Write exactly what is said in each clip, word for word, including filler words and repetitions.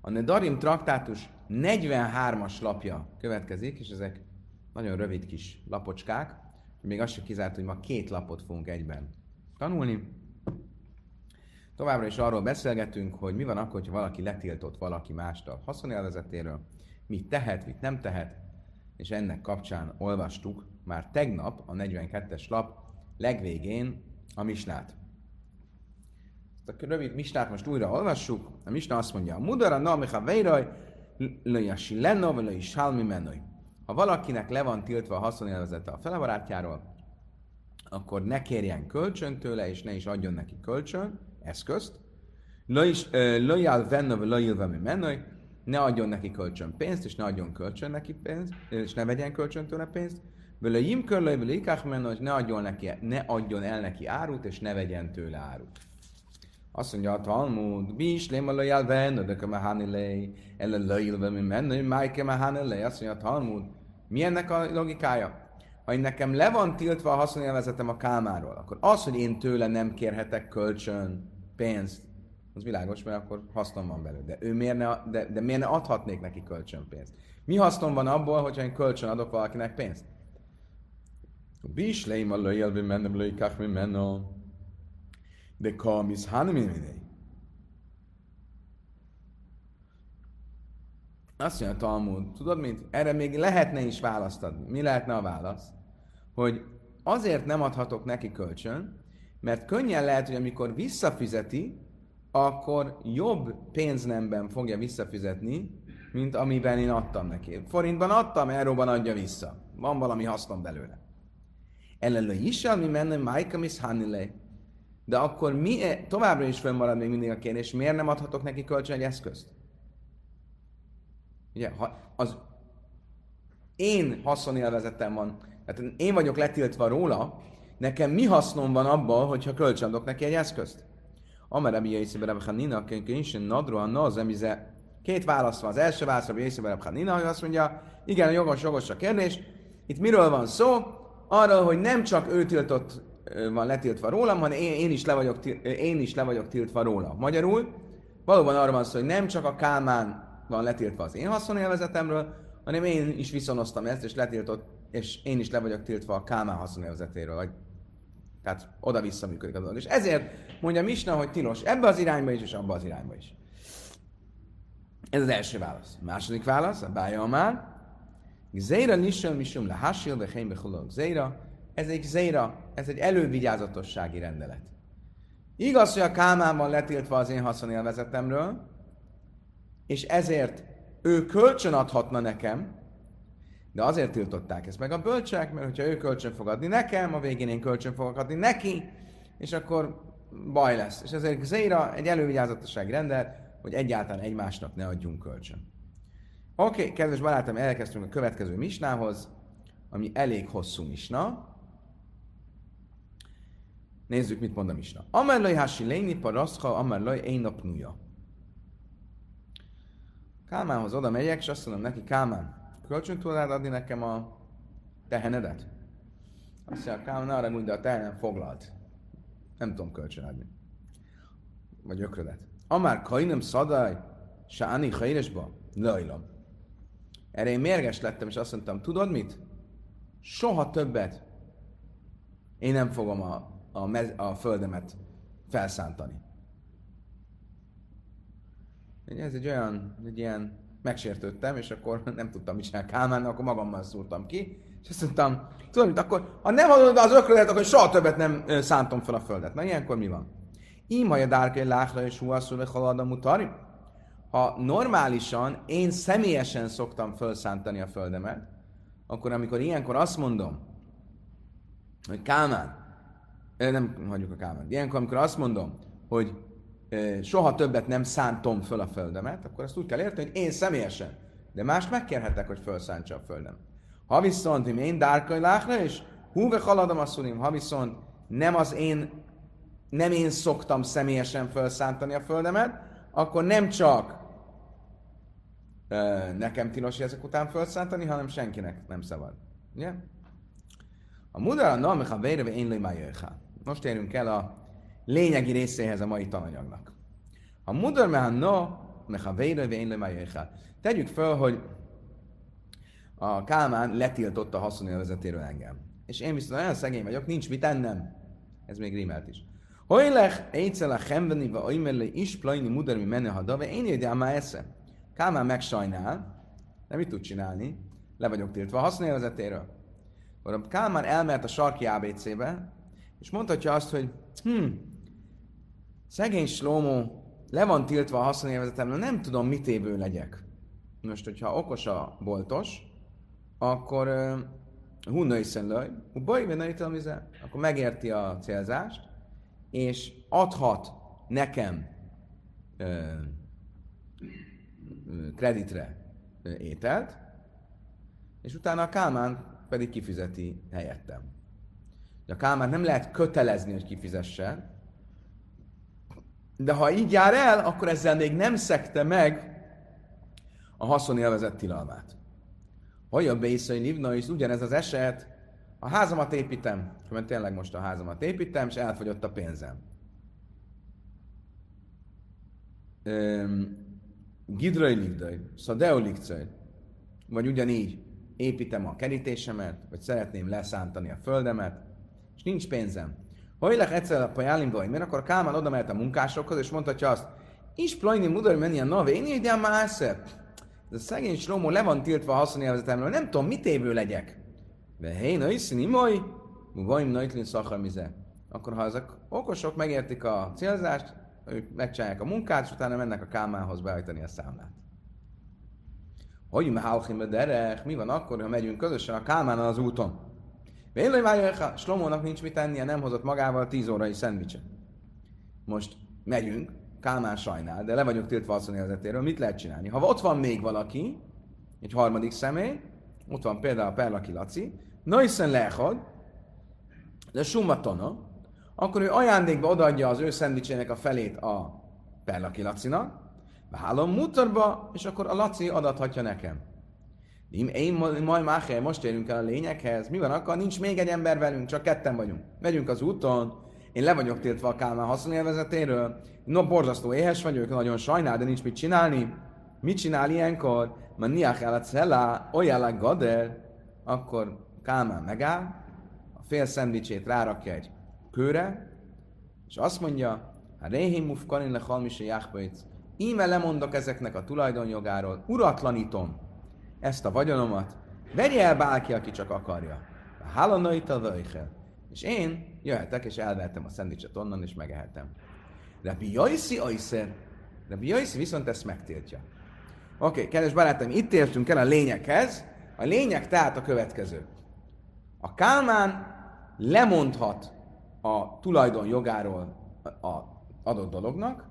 A Nedarim traktátus negyvenhármas lapja következik, és ezek nagyon rövid kis lapocskák. Még azt sem kizárt, hogy ma két lapot fogunk egyben tanulni. Továbbra is arról beszélgetünk, hogy mi van akkor, hogyha valaki letiltott valaki mást a haszonélvezetéről, mit tehet, mit nem tehet, és ennek kapcsán olvastuk már tegnap a negyvenkettes lap legvégén a misnát. Ezt a rövid misnát most újra olvassuk. A misna azt mondja, a mudara namicha vejraj, löjasi lenno, vagy löjis halmi menoj. Ha valakinek le van tiltva a haszonélvezete a felebarátjáról, akkor ne kérjen kölcsön tőle, és ne is adjon neki kölcsön, eszközt. Löjjál venno, vagy löjjál menoj, ne adjon neki kölcsön pénzt, és ne adjon kölcsön neki pénzt, és ne vegyen kölcsön tőle pénzt. Vele jimkörlöj, vele ikák menoj, ne adjon neki, ne adjon el neki árut, és ne vegyen tőle árut. Azt mondja a Talmud, bis léma löjjál venno, de kemahánilej, ellen löjjál menoj, máj kemahánilej. Azt mondja a Talmud, mi ennek a logikája? Ha én nekem le van tiltva a haszonélvezetem a kámáról, akkor az, hogy én tőle nem kérhetek kölcsön pénzt, az világos, mert akkor hasznom van belőle. De, ő miért ne, de, de miért ne adhatnék neki kölcsönpénzt? Mi hasznom van abból, hogyha én kölcsön adok valakinek pénzt? Bis leima löjjelvi mennem löjkák mi menno, de kamis hanmi minei. Azt mondja a Talmud, tudod mit? Erre még lehetne is választ adni. Mi lehetne a válasz? Hogy azért nem adhatok neki kölcsön, mert könnyen lehet, hogy amikor visszafizeti, akkor jobb pénznemben fogja visszafizetni, mint amiben én adtam neki. Forintban adtam, euróban adja vissza. Van valami hasznom belőle. Ellenlő is, ami mennem, májkam is hanilej. De akkor mi, továbbra is fönnmarad még mindig a kérdés, miért nem adhatok neki kölcsön egy eszközt? Ugye, ha az én haszonélvezetem van, tehát én vagyok letiltva róla, nekem mi hasznom van abban, hogyha kölcsön adok neki egy eszközt? Amerabbi Jaiszi Bereb Hanina, kénysén nadroha nazemize. Két válasz van. Az első válasz Rabbi Jaiszi Bereb Hanina, hogy azt mondja, igen, jogos, jogos a kérdés. Itt miről van szó? Arról, hogy nem csak ő tiltott, van letiltva rólam, hanem én, én, is le vagyok, én is le vagyok tiltva róla. Magyarul valóban arról van szó, hogy nem csak a Kálmán van letiltva az én haszonélvezetemről, hanem én is viszonoztam ezt, és letiltott, és én is le vagyok tiltva a Kálmán haszonélvezetéről. Vagy, tehát oda-vissza működik a dolog. És ezért mondja Misna, hogy tilos ebbe az irányba is, és abba az irányba is. Ez az első válasz. Második válasz, a bája már. Gzeira nisel misum le hasil vecheim bechulog. Gzeira, ez egy gzeira, ez egy elővigyázatossági rendelet. Igaz, hogy a Kálmán van letiltva az én haszonélvezetemről, és ezért ő kölcsön adhatna nekem, de azért tiltották ezt meg a bölcsek, mert hogyha ő kölcsön fog adni nekem, a végén én kölcsön fogok adni neki, és akkor baj lesz. És ezért Zéra egy elővigyázatossági rendelet, hogy egyáltalán egymásnak ne adjunk kölcsön. Oké, okay, kedves barátom, elkezdtünk a következő misnához, ami elég hosszú misna. Nézzük, mit mond a misna. Amerlaj hási léni paraszka, amerlaj én napnuja. Kálmánhoz oda megyek, és azt mondom neki, Kálmán, kölcsön tudod adni nekem a tehenedet? Azt mondja, Kálmán, arra úgy, de a tehenem foglalt. Nem tudom kölcsön adni. Vagy ökrödet. Amár kainem szadaj, sáni hajresba, lajlam. Erre én mérges lettem, és azt mondtam, tudod mit? Soha többet én nem fogom a, a, mez, a földemet felszántani. Ez egy olyan, egy ilyen, megsértődtem, és akkor nem tudtam mit csinálni Kálmánnak, akkor magammal szúrtam ki, és azt mondtam, tudod mit, akkor, ha nem adod az ökrödet, akkor soha többet nem szántom fel a földet. Na ilyenkor mi van? Ímaja dárkai láhra és huaszul haladamú tari. Ha normálisan én személyesen szoktam felszántani a földemet, akkor amikor ilyenkor azt mondom, hogy Kálmán, nem hagyjuk a Kálmán, ilyenkor amikor azt mondom, hogy soha többet nem szántom föl a földemet, akkor azt úgy kell érteni, hogy én személyesen. De mást megkérhetek, hogy felszántsa a földem. Ha viszont én dárkai láhra és húve haladom a szurim, ha viszont nem az én, nem én szoktam személyesen felszántani a földemet, akkor nem csak ö, nekem tilos ezek után felszántani, hanem senkinek nem szabad. Ugye? A mudara nalmecha vérve én lőmájöjjá. Most érünk el a lényegi részéhez a mai tananyagnak. A mudar mehan no, meha vére, vén le májöjjel. Tegyük föl, hogy a Kálmán letiltott a haszonélvezetéről engem. És én viszont olyan szegény vagyok, nincs mit ennem. Ez még rímelt is. Hojlech, egyszer a hembeni, vagy olymerle is plajni mudermi menne hadave, én írjál már esze. Kálmán megsajnál, de mit tud csinálni? Le vagyok tiltva a haszonélvezetéről. Akkor a Kálmán elmehet a sarki á bé cé-be, és mondhatja azt, hogy hm, szegény Slómó, le van tiltva a haszonélvezetemről, nem tudom, mit évő legyek. Most, hogyha okos a boltos, akkor hunnai szenlőj, akkor megérti a célzást, és adhat nekem ö, kreditre ö, ételt, és utána a Kálmán pedig kifizeti helyettem. De a Kálmán nem lehet kötelezni, hogy kifizesse, de ha így jár el, akkor ezzel még nem szegte meg a haszonélvezet tilalmát. Olyan bészai livna is ugyanez az eset, a házamat építem, mert tényleg most a házamat építem, és elfogyott a pénzem. Gidrai livdai, szadeo likcai, vagy ugyanígy építem a kerítésemet, vagy szeretném leszántani a földemet, és nincs pénzem. Hajlek egyszer a pajálimba, mert akkor a Kálmán oda mehet a munkásokhoz, és mondhatja azt, is plajni mudar menni a nave, én így már mászep. Ez a szegény Slómó le van tiltva a haszonélvezetemről, nem tudom, mit évő legyek. De hé, na iszini moly, muvaim najtlin szakharmize. Akkor ha ezek okosok megértik a célzást, ők megcsinálják a munkát, és utána mennek a Kálmánhoz beállítani a számlát. Hogy mehállchim derech, mi van akkor, ha megyünk közösen a Kálmánnal az úton? Vélőj vájjaj, Slómónak nincs mit tennie, nem hozott magával tíz órai szendvicset. Most megyünk, Kálmán sajnál, de le vagyok tiltva a haszonélvezetéről, mit lehet csinálni? Ha ott van még valaki, egy harmadik személy, ott van például a Perlaki Laci, Naiszen lehad, de Summatona, akkor ő ajándékba odaadja az ő szendvicsének a felét a Perlaki Lacinak, hálom mutarba, és akkor a Laci adathatja nekem. Én, én majd máher, most érünk el a lényeghez. Mi van akkor? Nincs még egy ember velünk, csak ketten vagyunk. Megyünk az úton, én le vagyok tiltva a Kálmán haszonélvezetéről, no, borzasztó éhes vagyok, nagyon sajnál, de nincs mit csinálni. Mit csinál ilyenkor? Man niach el a cella, olyálak gader, akkor Kálmán megáll, a fél szendvicsét rárakja egy kőre, és azt mondja, ha réhim mufkanin le halmise jáhbaic, íme lemondok ezeknek a tulajdonjogáról, uratlanítom ezt a vagyonomat, vegye el bárki, aki csak akarja. Hálanaita a vöjjel. És én jöhetek, és elvertem a szendvicset onnan, és megehetem. Rabbi Jaiszi ajszer. Rabbi Jaiszi viszont ezt megtiltja. Oké, okay, kedves barátaim, itt értünk el a lényeghez. A lényeg tehát a következő. A Kálmán lemondhat a tulajdon jogáról az adott dolognak,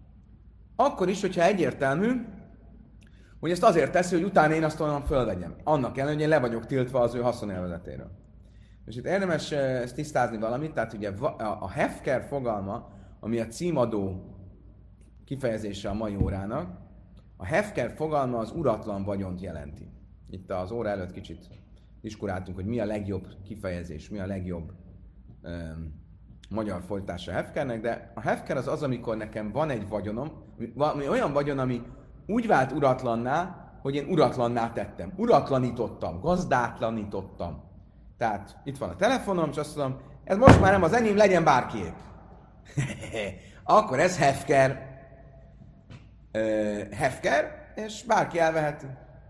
akkor is, hogyha egyértelmű, hogy ezt azért teszi, hogy utána én azt onnan fölvegyem. Annak ellenére, hogy én le vagyok tiltva az ő haszonélvezetéről. És itt érdemes ezt tisztázni valamit, tehát ugye a hefker fogalma, ami a címadó kifejezése a mai órának, a hefker fogalma az uratlan vagyont jelenti. Itt az óra előtt kicsit diskuráltunk, hogy mi a legjobb kifejezés, mi a legjobb um, magyar folytása a hefkernek, de a hefker az az, amikor nekem van egy vagyonom, valami olyan vagyon, ami úgy vált uratlanná, hogy én uratlanná tettem. Uratlanítottam, gazdátlanítottam. Tehát itt van a telefonom, és azt mondom, ez most már nem az enyém, legyen bárkié. Akkor ez hefker. Uh, hefker, és bárki elveheti.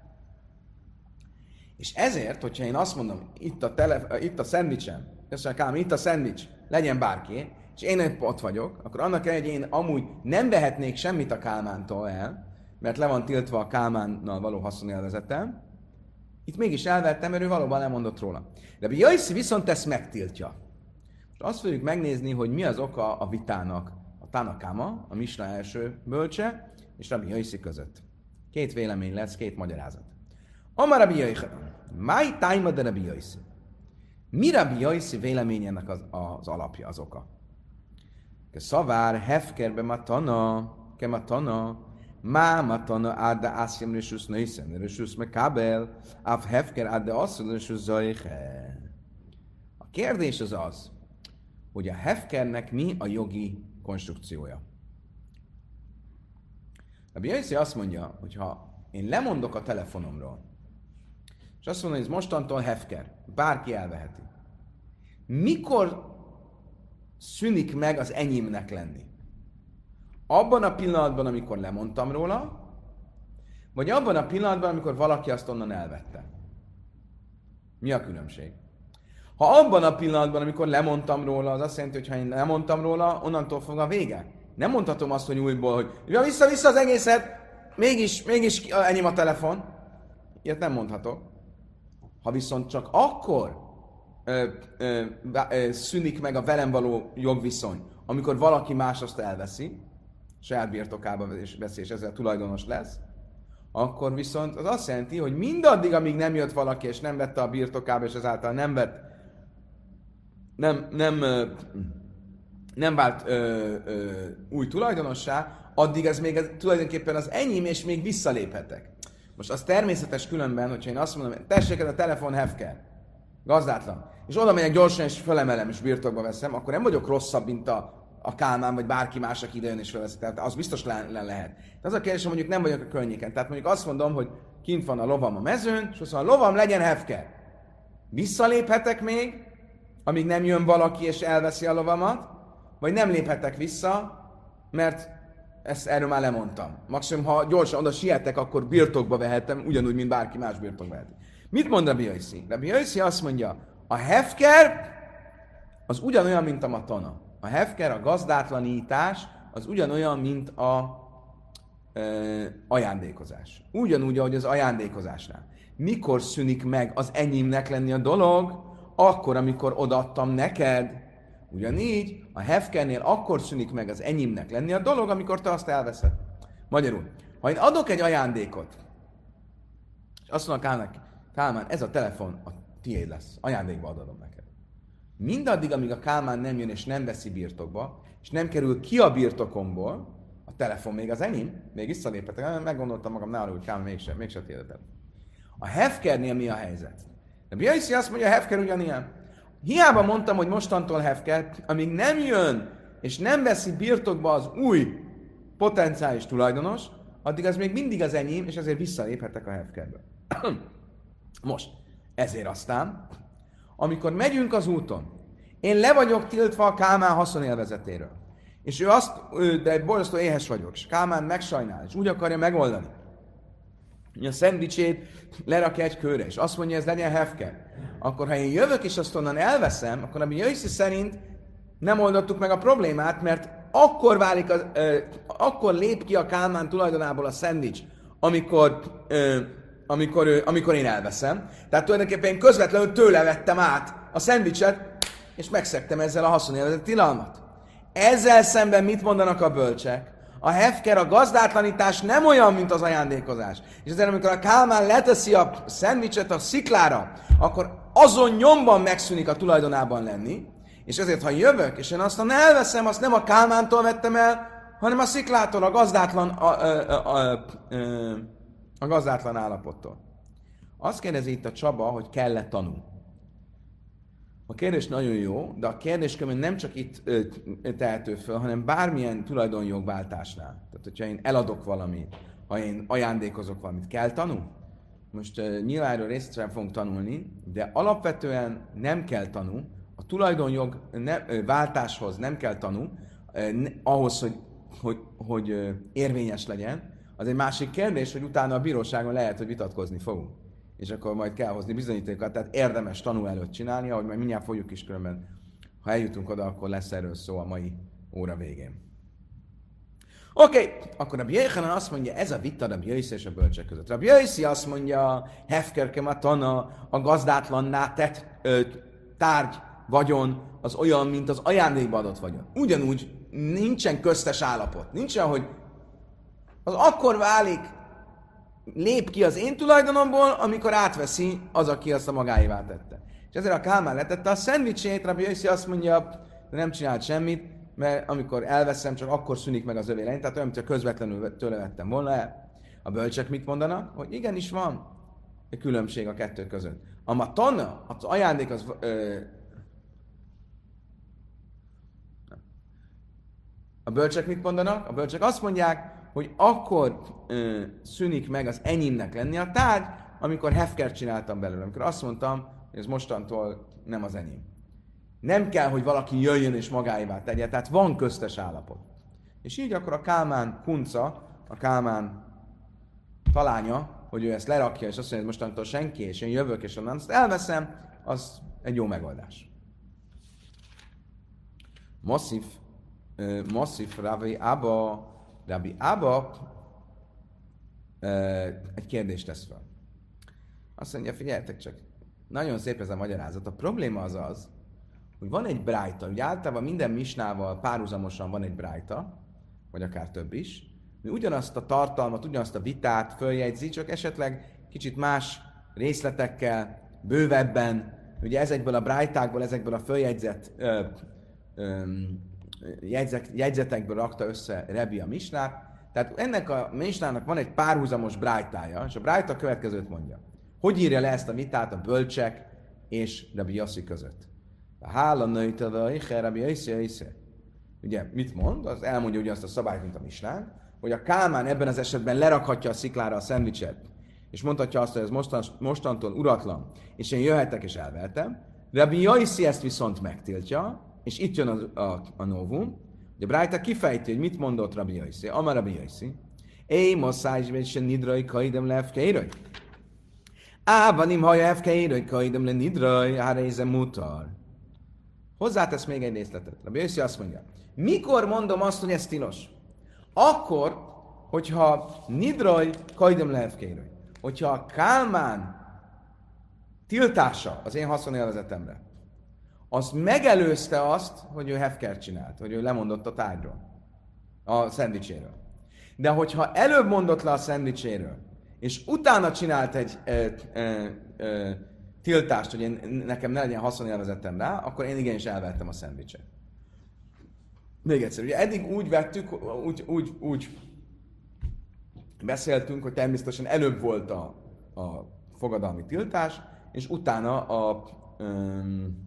És ezért, hogyha én azt mondom, itt a, tele, itt a szendvicsem, köszönöm, itt a szendvics, legyen bárki, és én ott vagyok, akkor annak ellenére, hogy én amúgy nem vehetnék semmit a Kálmántól el, mert le van tiltva a Kálmánnal való haszonélvezetem, itt mégis elvettem, mert ő valóban lemondott róla. De Jaiszi viszont ezt megtiltja. Most azt fogjuk megnézni, hogy mi az oka a vitának a Tanakáma, a Misna első bölcse, és Rabbi Jaiszi között. Két vélemény lesz, két magyarázat. Amar Rabbi Jaiszi, máj tájma de Rabbi Jaiszi. Mi Rabbi Jaiszi véleményének az, az alapja, az oka? Ke szavár hefkerbe matana, ke matana, má matana adda ászjem rössusz nőszen, rössusz mekábel, áv hefker adda asszul rössusz zajhe. A kérdés az az, hogy a hefkernek mi a jogi konstrukciója. Rabbi Yossi azt mondja, hogy ha én lemondok a telefonomról, és azt mondom, hogy ez mostantól hefker, bárki elveheti. Mikor szűnik meg az enyémnek lenni? Abban a pillanatban, amikor lemondtam róla, vagy abban a pillanatban, amikor valaki azt onnan elvette? Mi a különbség? Ha abban a pillanatban, amikor lemondtam róla, az azt jelenti, hogy ha én lemondtam róla, onnantól fog a vége. Nem mondhatom azt, hogy újból, hogy ja, vissza-vissza az egészet, mégis, mégis enyém a telefon. Ilyet nem mondhatok. Ha viszont csak akkor ö, ö, ö, szűnik meg a velem való jogviszony, amikor valaki más azt elveszi, saját birtokába veszi, és ezzel tulajdonos lesz, akkor viszont az azt jelenti, hogy mindaddig, amíg nem jött valaki, és nem vette a birtokába, és ezáltal nem vett, nem, nem, nem vált ö, ö, új tulajdonossá, addig ez még tulajdonképpen az enyém, és még visszaléphetek. Most az természetes különben, hogyha én azt mondom, tessék, ez a telefon hefker, gazdátlan, és oda megyek gyorsan, és fölemelem, és birtokba veszem, akkor nem vagyok rosszabb, mint a a Kálmán, vagy bárki más, aki idejön és felveszi. Tehát az biztos le, le lehet. De az a kérdés, hogy mondjuk nem vagyok a környéken. Tehát mondjuk azt mondom, hogy kint van a lovam a mezőn, és azt mondom, a lovam legyen hefker. Visszaléphetek még, amíg nem jön valaki és elveszi a lovamat, vagy nem léphetek vissza, mert ezt erről már lemondtam. Maximum, ha gyorsan oda sietek, akkor birtokba vehetem, ugyanúgy, mint bárki más birtokba veheti. Mit mond Rabbi Yossi? Rabbi Yossi azt mondja, a hefker az ugyanolyan, mint a matana. A hefker, a gazdátlanítás, az ugyanolyan, mint a ö, ajándékozás. Ugyanúgy, ahogy az ajándékozásnál. Mikor szűnik meg az enyémnek lenni a dolog? Akkor, amikor odaadtam neked. Ugyanígy, a hefkernél akkor szűnik meg az enyémnek lenni a dolog, amikor te azt elveszed. Magyarul, ha én adok egy ajándékot, és azt mondom Kálmán, Kálmán, ez a telefon a tiéd lesz, ajándékba adom neked. Mindaddig, amíg a Kálmán nem jön és nem veszi birtokba, és nem kerül ki a birtokomból, a telefon még az enyém, még visszaléphetek, meggondoltam magam nála, hogy Kálmán mégsem, mégsem tiéd a telefon. A hefkernél mi a helyzet? De Biaiszi azt mondja, a hefker ugyanilyen. Hiába mondtam, hogy mostantól hefker, amíg nem jön és nem veszi birtokba az új potenciális tulajdonos, addig az még mindig az enyém, és ezért visszaléphetek a hefkerből. Most, ezért aztán, amikor megyünk az úton, én le vagyok tiltva a Kálmán haszonélvezetéről, és ő azt, ő, de borzasztó éhes vagyok, és Kálmán megsajnál, és úgy akarja megoldani, hogy a szendvicsét lerakja egy kőre, és azt mondja, ez legyen hefker, akkor ha én jövök és azt onnan elveszem, akkor ami Jöjszi szerint nem oldottuk meg a problémát, mert akkor válik, az, ö, akkor lép ki a Kálmán tulajdonából a szendvics, amikor, ö, amikor, ö, amikor én elveszem. Tehát tulajdonképpen én közvetlenül tőle vettem át a szendvicset, és megszegtem ezzel a haszonélvezet tilalmat. Ezzel szemben mit mondanak a bölcsek? A hefker, a gazdátlanítás nem olyan, mint az ajándékozás. És ezért, amikor a Kálmán leteszi a szendvicset a sziklára, akkor azon nyomban megszűnik a tulajdonában lenni, és ezért, ha jövök, és én azt elveszem, azt nem a Kálmántól vettem el, hanem a sziklától, a gazdátlan, a, a, a, a, a gazdátlan állapottól. Azt kérdezi itt a Csaba, hogy kell-e tanul. A kérdés nagyon jó, de a kérdés nem csak itt ö, tehető föl, hanem bármilyen tulajdonjogváltásnál. Tehát, hogyha én eladok valamit, ha én ajándékozok valamit, kell tanul? Most uh, nyilván erről részletesen fogunk tanulni, de alapvetően nem kell tanul. A tulajdonjog ne, ö, váltáshoz nem kell tanul, uh, ne, ahhoz, hogy, hogy, hogy uh, érvényes legyen. Az egy másik kérdés, hogy utána a bíróságon lehet, hogy vitatkozni fogunk. És akkor majd kell hozni bizonyítékokat, tehát érdemes tanul előtt csinálni, ahogy majd mindjárt fogjuk is, különben ha eljutunk oda, akkor lesz erről szó a mai óra végén. Oké, okay. Akkor Rabbi Yochanan azt mondja, ez a vita Rabbi Yossi és a bölcsek között. Rabbi Yossi azt mondja, hefker matana, a gazdátlanná tett ö, tárgy, vagyon, az olyan, mint az ajándékba adott vagyon. Ugyanúgy nincsen köztes állapot. Nincsen, hogy az akkor válik, lép ki az én tulajdonomból, amikor átveszi az, aki azt a magáévá tette. És ezért a Kálmán letette a szendvicsét, Rabbi Yossi azt mondja, de nem csinált semmit, mert amikor elveszem, csak akkor szűnik meg az övé lenni, tehát olyan, mintha közvetlenül tőle vettem volna el. A bölcsek mit mondanak? Hogy igenis van egy különbség a kettő között. A matana, az ajándék, az... Ö, a bölcsek mit mondanak? A bölcsek azt mondják, hogy akkor ö, szűnik meg az enyémnek lenni a tárgy, amikor hefkert csináltam belőle, amikor azt mondtam, hogy ez mostantól nem az enyém. Nem kell, hogy valaki jöjjön és magáévá tegye, tehát van köztes állapot. És így akkor a Kálmán kunca, a Kálmán talánya, hogy ő ezt lerakja, és azt mondja, hogy mostantól senki, és én jövök, és onnan azt elveszem, az egy jó megoldás. Masszív, uh, masszív Rabbi Abba, Rabbi Abba uh, egy kérdést tesz fel. Azt mondja, figyeljetek csak, nagyon szép ez a magyarázat. A probléma az az, hogy van egy brájta, ugye általában minden misnával párhuzamosan van egy brájta, vagy akár több is, mi ugyanazt a tartalmat, ugyanazt a vitát följegyzi, csak esetleg kicsit más részletekkel, bővebben, ugye ezekből a brájtákból, ezekből a följegyzett ö, ö, jegyzek, jegyzetekből rakta össze Rebi a misnát, tehát ennek a misnának van egy párhuzamos brájtája, és a brájta a következőt mondja. Hogy írja le ezt a vitát a bölcsek és Rabbi Yossi között? Hála nőjtadai, Rabbi Yossi, Yossi. Ugye, mit mond? Az elmondja ugyanazt a szabályt, mint a misnán, hogy a Kálmán ebben az esetben lerakhatja a sziklára a szendvicset, és mondhatja azt, hogy ez mostan, mostantól uratlan, és én jöhetek és elvehetem. Rabbi Yossi ezt viszont megtiltja, és itt jön a, a, a novum, hogy a Brájta kifejti, hogy mit mondott Rabbi Yossi. Amar Rabbi Yossi. Éj, moszájs, vagy se nidrai, kaidem le efkeiraj. Ávanim haja efkeiraj, kaidem le nidrai, háréze mutar. Hozzátesz még egy részletet. Rabbi Yossi azt mondja, mikor mondom azt, hogy ez tilos? Akkor, hogyha nidrai, kaidem le efkeiraj. Hogyha a Kálmán tiltása az én haszonélvezetemre, az megelőzte azt, hogy ő hefkert csinált, hogy ő lemondott a tárgyról, a szendvicséről. De hogyha előbb mondott le a szendvicséről, és utána csinált egy ö, ö, ö, tiltást, hogy én, nekem ne legyen haszonélvezetem rá, akkor én igenis elvettem a szendvicset. Még egyszer, ugye eddig úgy vettük, úgy, úgy, úgy beszéltünk, hogy természetesen előbb volt a, a fogadalmi tiltás, és utána a um,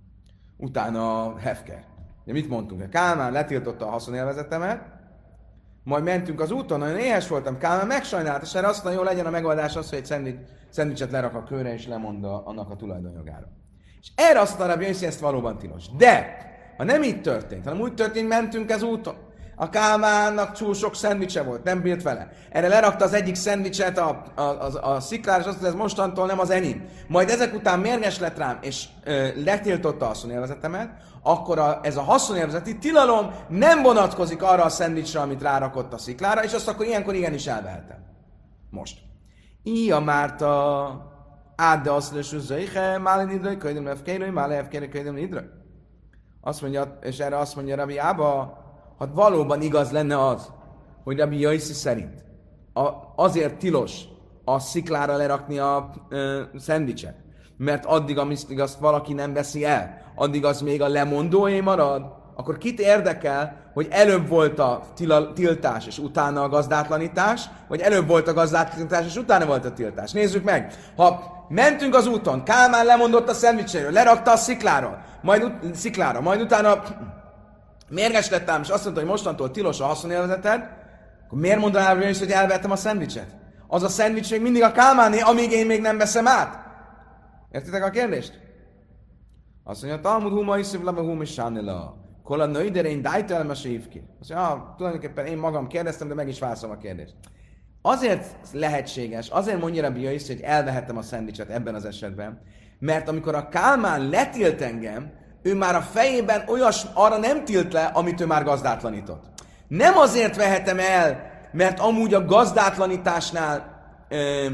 utána a hefker. De mit mondtunk? A Kálmán letiltotta a haszonélvezetemet, majd mentünk az úton, nagyon éhes voltam, Kálmán megsajnált, és erre azt mondja, jó legyen a megoldás az, hogy egy szendvics, szendvicset lerak a kőre, és lemond a, annak a tulajdonjogára. És erre azt mondja, hogy ezt valóban tilos. De, ha nem így történt, hanem úgy történt, mentünk az úton, a Kálmánnak túl sok szendvicse volt, nem bírt vele. Erre lerakta az egyik szendvicset a, a, a, a sziklára, és azt mondta, ez mostantól nem az enyém. Majd ezek után mérges lett rám, és ö, letiltotta a haszonélvezetemet, akkor a, ez a haszonélvezeti tilalom nem vonatkozik arra a szendvicsre, amit rárakott a sziklára, és azt akkor ilyenkor igenis elvehetem. Most. Ija Márta, ádde azt löső zöjhe, mále nidröj, köjdöm lefkérőj, mále lefkérőj, köjdöm nidröj. Azt mondja, és erre azt mondja Rabbi Ába, hát valóban igaz lenne az, hogy Rabbi Yossi szerint a, azért tilos a sziklára lerakni a ö, szendvicset, mert addig, amíg azt valaki nem veszi el, addig az még a lemondóé marad, akkor kit érdekel, hogy előbb volt a tila, tiltás és utána a gazdátlanítás, vagy előbb volt a gazdátlanítás és utána volt a tiltás. Nézzük meg! Ha mentünk az úton, Kálmán lemondott a szendvicséről, lerakta a sziklára, majd, sziklára, majd utána mérges lettem, és azt mondta, hogy mostantól tilos a haszonélvezeted, akkor miért mondanál is, hogy elvettem a szendvicset? Az a szendvics még mindig a Kálmáné, amíg én még nem veszem át. Értitek a kérdést? Azt mondja, Talmud huma iszív lava huma sánila. Kola nőiderein dájtelmes évki. Azt mondja, ah, tulajdonképpen én magam kérdeztem, de meg is válaszolom a kérdést. Azért lehetséges, azért mondja Rabbi Yossi, hogy elvehettem a szendvicset ebben az esetben, mert amikor a Kálmán letilt engem, ő már a fejében olyas, arra nem tilt le, amit ő már gazdátlanított. Nem azért vehetem el, mert amúgy a gazdátlanításnál, ö,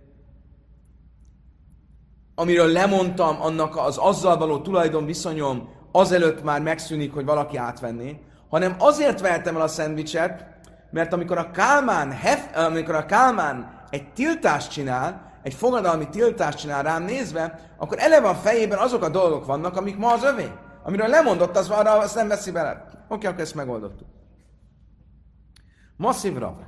amiről lemondtam, annak az azzal való tulajdonviszonyom azelőtt már megszűnik, hogy valaki átvenné, hanem azért vehetem el a szendvicset, mert amikor a Kálmán, hef, amikor a Kálmán egy tiltást csinál, egy fogadalmi tiltást csinál rám nézve, akkor eleve a fejében azok a dolgok vannak, amik ma az övé. Amiről lemondott, az arra azt nem veszi bele. Oké, akkor ezt megoldottuk. Masszív Rav.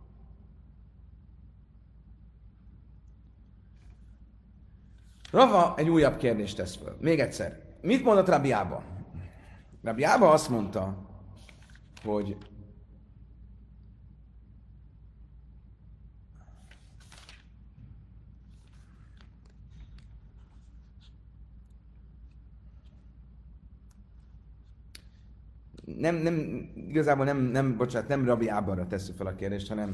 Rava egy újabb kérdést tesz föl. Még egyszer. Mit mondott Rabbi Ába? Rabbi Ába azt mondta, hogy nem, nem, igazából nem, nem, bocsánat, nem Rabbi Ábarra tesszük fel a kérdést, hanem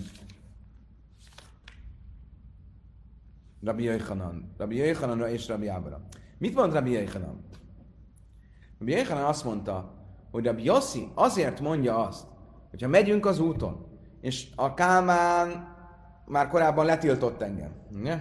Rabbi Jöjjhanan. Rabbi Jöjjhananra és Rabbi Ábarra. Mit mond Rabbi Jöjjhanan? Rabbi Jöjjhanan azt mondta, hogy Rabbi Yossi azért mondja azt, hogyha megyünk az úton, és a Kálmán már korábban letiltott engem. Ugye?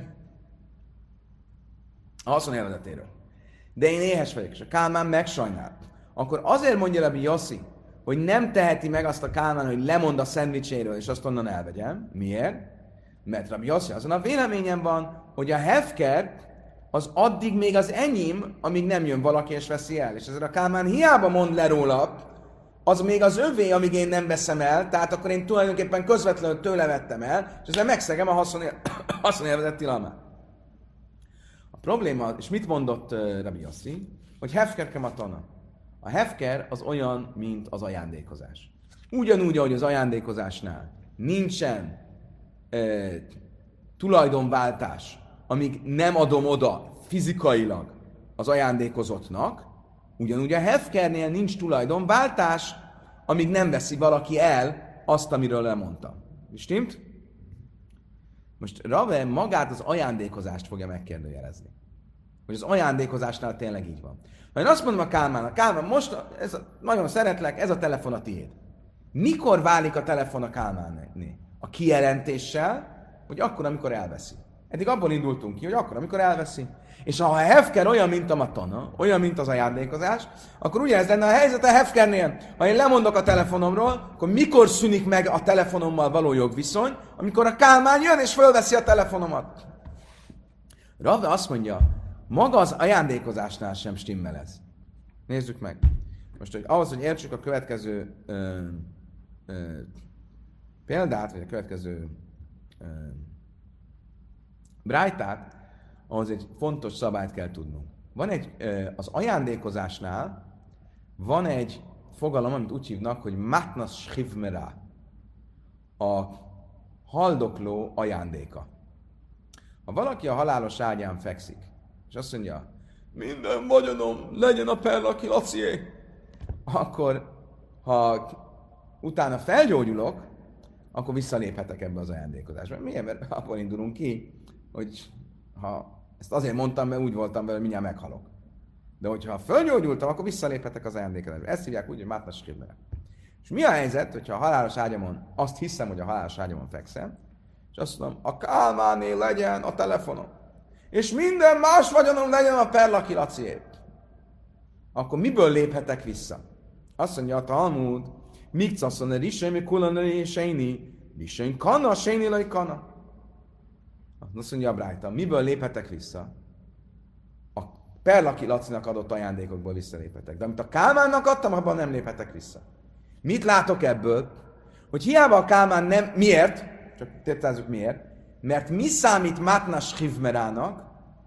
A haszon élvezetéről. De én éhes vagyok, és a Kálmán megsajnál. Akkor azért mondja Rabbi Yossi, hogy nem teheti meg azt a Kálmán, hogy lemond a szendvicséről, és azt onnan elvegyem. Miért? Mert Rabbi Yossi azon a véleményem van, hogy a hefker az addig még az enyém, amíg nem jön valaki és veszi el. És ezért a Kálmán hiába mond le róla, az még az övé, amíg én nem veszem el, tehát akkor én tulajdonképpen közvetlenül tőle vettem el, és ezzel megszegem a haszonélvezett tilalmát. A probléma, és mit mondott uh, Rabbi Yossi? Hogy hefker kematona. A hefker az olyan, mint az ajándékozás. Ugyanúgy, ahogy az ajándékozásnál nincsen uh, tulajdonváltás, amíg nem adom oda fizikailag az ajándékozottnak, ugyanúgy a hefkernél nincs tulajdonváltás, amíg nem veszi valaki el azt, amiről lemondtam. Stimmt? Most Rave magát az ajándékozást fogja megkérdőjelezni. Hogy az ajándékozásnál tényleg így van. Ha én azt mondom a Kálmának, Kálmán, most ez a, nagyon szeretlek, ez a telefon a tiéd. Mikor válik a telefon a Kálmánné? A kijelentéssel, hogy akkor, amikor elveszi. Eddig abból indultunk ki, hogy akkor, amikor elveszi. És ha a hefker olyan, mint a matana, olyan, mint az ajándékozás, akkor ugyanez lenne a helyzet a hefkernél. Ha én lemondok a telefonomról, akkor mikor szűnik meg a telefonommal való jogviszony? Amikor a Kálmán jön és fölveszi a telefonomat. Rave azt mondja, maga az ajándékozásnál sem stimmel ez. Nézzük meg. Most, hogy ahhoz, hogy értsük a következő ö, ö, példát, vagy a következő ö, brájtát, ahhoz egy fontos szabályt kell tudnunk. Van egy, az ajándékozásnál van egy fogalom, amit úgy hívnak, hogy matnas shivmera, a haldokló ajándéka. Ha valaki a halálos ágyán fekszik, és azt mondja, minden vagyonom legyen a Perlaki Lacié, akkor ha utána felgyógyulok, akkor visszaléphetek ebbe az ajándékozásba. Miért? Mert abból indulunk ki, hogy ha ezt azért mondtam, mert úgy voltam vele, hogy mindjárt meghalok. De hogyha fölgyógyultam, akkor visszaléphetek az ajándékozásba. Ezt hívják úgy, hogy mátnas skibben. És mi a helyzet, hogyha a halálos ágyamon, azt hiszem, hogy a halálos ágyamon fekszem, és azt mondom, a Kálmáné legyen a telefonom, és minden más vagyonom legyen a Perlaki Lacié. Akkor miből léphetek vissza? Azt mondja a Talmud, Mikcaszon a risőmi kulanai sejni, risőny kana, sejni lai kana. Azt mondja a Brájta, miből léphetek vissza? A Perlaki Lacinak adott ajándékokból visszaléphetek. De amit a Kálmánnak adtam, abban nem léphetek vissza. Mit látok ebből? Hogy hiába a Kálmán nem... Miért? Csak tisztázzuk miért. Mert mi számít Matnas Hivmerának?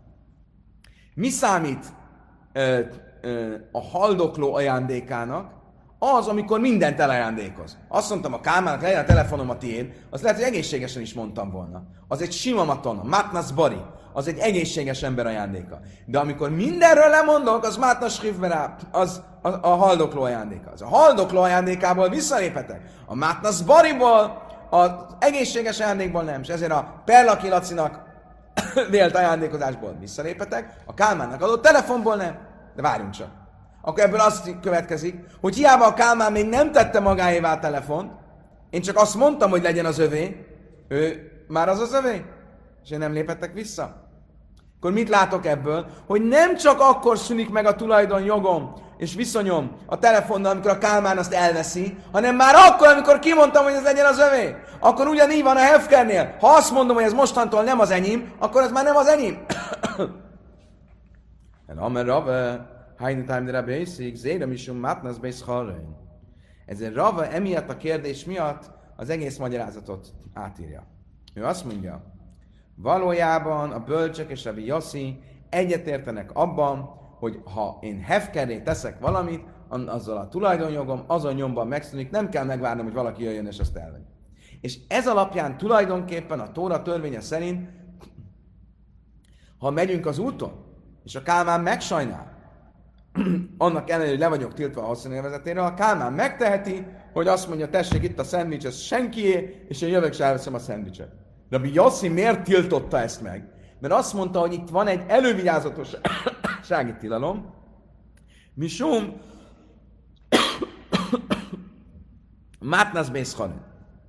Mi számít ö, ö, a haldokló ajándékának? Az, amikor mindent elajándékoz. Azt mondtam a Kálmának, legyen a telefonom a tiéd, az lehet, hogy egészségesen is mondtam volna. Az egy sima matona, Matnas Bari. Az egy egészséges ember ajándéka. De amikor mindenről lemondok, az Matnas Hivmerá, az a, a haldokló ajándéka. Az a haldokló ajándékából visszaléphetek. A Matnas Bariból, az egészséges ajándékból nem. És ezért a Perlaki Lacinak vélt ajándékozásból visszaléphetek, a Kálmánnak adott telefonból nem. De várjunk csak. Akkor ebből azt következik, hogy hiába a Kálmán még nem tette magáévá a telefont, én csak azt mondtam, hogy legyen az övé, ő már az az övé, és én nem léphettek vissza. Akkor mit látok ebből? Hogy nem csak akkor szűnik meg a tulajdonjogom és viszonyom a telefonnal, amikor a Kálmán azt elveszi, hanem már akkor, amikor kimondtam, hogy ez legyen az övé. Akkor ugyanígy van a hefkernél. Ha azt mondom, hogy ez mostantól nem az enyém, akkor ez már nem az enyém. Ezért Rava emiatt a kérdés miatt az egész magyarázatot átírja. Ő azt mondja, valójában a bölcsek és Rabbi Yossi egyetértenek abban, hogy ha én hefkerré teszek valamit, azzal a tulajdonjogom azon nyomban megszűnik, nem kell megvárnom, hogy valaki jöjjön és azt elvegye. És ez alapján tulajdonképpen a Tóra törvénye szerint, ha megyünk az úton, és a Kálmán megsajnál, annak ellenére, hogy le vagyok tiltva a haszonélvezetéről, a Kálmán megteheti, hogy azt mondja, tessék, itt a szendvics, ez senkié, és én jövök, és elveszem a szendvicset. Rabbi Yossi miért tiltotta ezt meg? Mert azt mondta, hogy itt van egy elővigyázatossági tilalom, misum mátnasz bészhalin.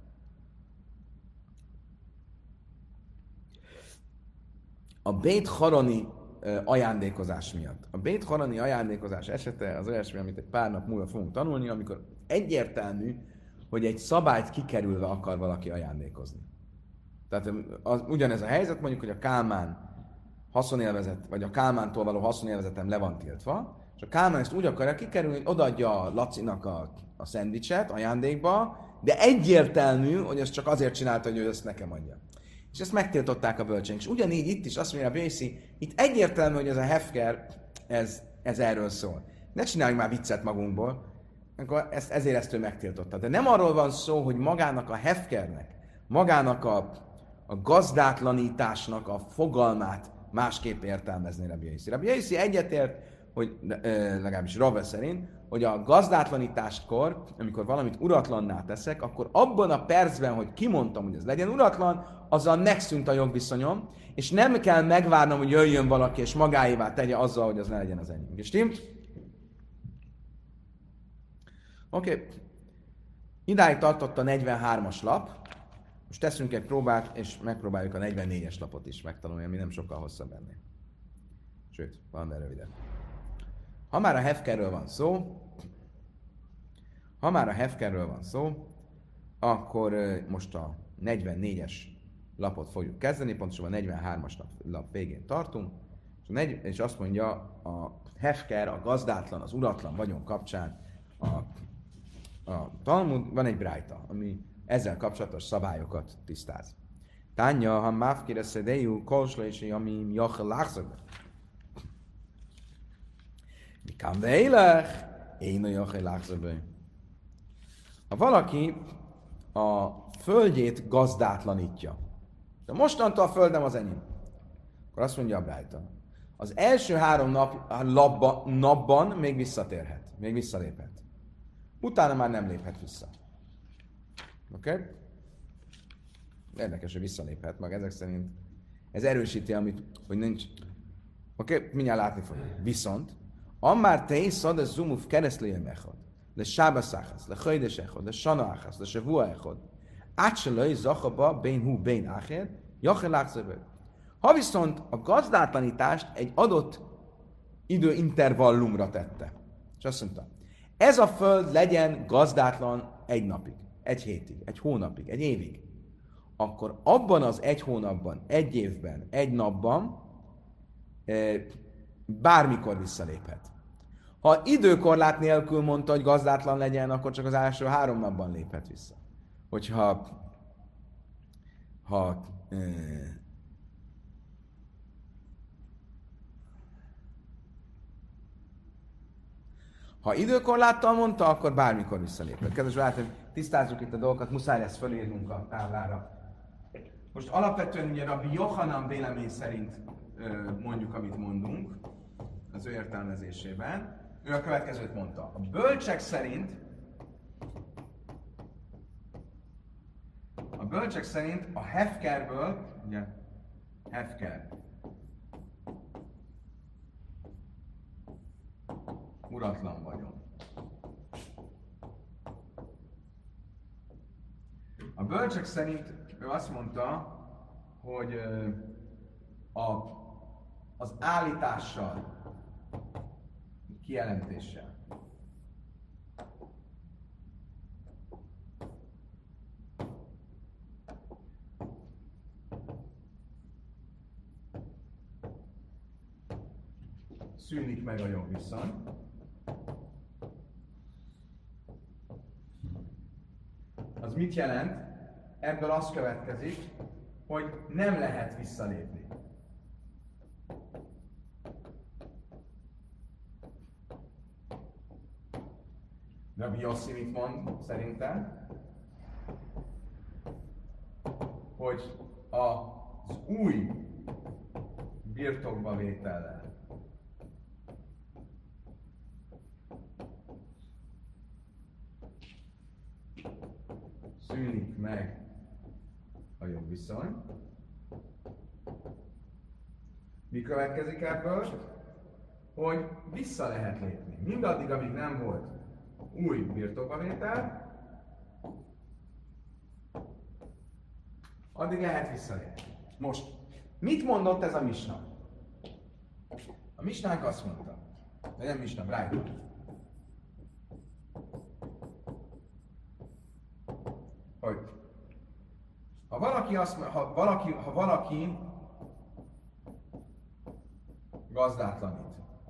A Bét Harani ajándékozás miatt. A Bét Harani ajándékozás esete az olyasmi, amit egy pár nap múlva fogunk tanulni, amikor egyértelmű, hogy egy szabályt kikerülve akar valaki ajándékozni. Tehát az, ugyanez a helyzet, mondjuk, hogy a Kálmán haszonélvezet, vagy a Kálmántól való haszonélvezetem le van tiltva, és a Kálmán ezt úgy akarja kikerülni, hogy odaadja a Lacinak a, a szendvicset ajándékba, de egyértelmű, hogy ezt csak azért csinálta, hogy ő ezt nekem adja. És ezt megtiltották a bölcsénk. És ugyanígy itt is azt mondja a Bészi, itt egyértelmű, hogy ez a hefker, ez, ez erről szól. Ne csináljunk már viccet magunkból, akkor ezt, ezért ezt ő megtiltotta. De nem arról van szó, hogy magának a hefkernek, magának a, a gazdátlanításnak a fogalmát másképp értelmezni Rabbi Yossi. Rabbi Yossi egyetért, hogy legalábbis Rave szerint, hogy a gazdátlanításkor, amikor valamit uratlanná teszek, akkor abban a percben, hogy kimondtam, hogy ez legyen uratlan, azzal megszűnt a jogviszonyom, és nem kell megvárnom, hogy jöjjön valaki, és magáévá tegye azzal, hogy az ne legyen az enyém. Stimmt? Oké. Okay. Idáig tartott a negyvenhármas lap. Most teszünk egy próbát, és megpróbáljuk a negyvennégyes lapot is megtanulni, ami nem sokkal hosszabb ennél. Sőt, van, de röviden. Ha már a hefkerről van szó, ha már a hefkerről van szó, akkor most a negyvennégyes lapot fogjuk kezdeni, pontosan a negyvenhármas lap, lap végén tartunk, és, a negy, és azt mondja, a hefker, a gazdátlan, az uratlan vagyon kapcsán a, a Talmud, van egy brájta, ami ezzel kapcsolatos szabályokat tisztáz. Tánya, ha mávkére szedélyú, kolslési, ami jachel lágszakbe. Mikám vélech, én a jachel lágszakbe. Ha valaki a földjét gazdátlanítja, de mostantól a földem az enyém, akkor azt mondja a brájta. Az első három nap, labba, napban még visszatérhet, még visszaléphet. Utána már nem léphet vissza. Oké? Okay? Érdekes, hogy visszaléphet, meg ezek szerint ez erősíti, amit, hogy nincs. Oké, okay? Mindjárt látni fogjuk. Viszont, amár te is szad a zumuf keresztléjem echad, le sábasz áchasz, le hajdes echad, le sana áchasz, le sevua echad, átselői zachaba bén hú bén áchér, jachel áchszöböd. Ha viszont a gazdátlanítást egy adott időintervallumra tette, és azt mondta, ez a föld legyen gazdátlan egy napig, egy hétig, egy hónapig, egy évig, akkor abban az egy hónapban, egy évben, egy napban bármikor visszaléphet. Ha időkorlát nélkül mondta, hogy gazdátlan legyen, akkor csak az első három napban léphet vissza. Hogyha ha, e, ha időkorláttal mondta, akkor bármikor visszaléphet. Kedves barátaim, tisztázzuk itt a dolgokat, muszáj ezt fölírnunk a táblára. Most alapvetően ugye Rabbi Yochanan vélemény szerint ö, mondjuk, amit mondunk, az ő értelmezésében. Ő a következőt mondta. A bölcsek szerint a bölcsek szerint a hefkerből, ugye, hefker, uratlan vagyon. A bölcsek szerint ő azt mondta, hogy a, az állítással, kijelentéssel, szűnik meg a jogviszony. Az mit jelent? Ebből az következik, hogy nem lehet visszalépni. Rabbi Yossi mit mond szerintem? Hogy az új birtokba vétellel szűnik meg a jogviszony. Mi következik ebből? Hogy vissza lehet lépni. Mindaddig, amíg nem volt új birtokbavétel, addig lehet visszalépni. Most, mit mondott ez a misna? A misnánk azt mondta, de nem misna, Brájta. Hogy ha valaki azt ha valaki, ha valaki gazdátlanít,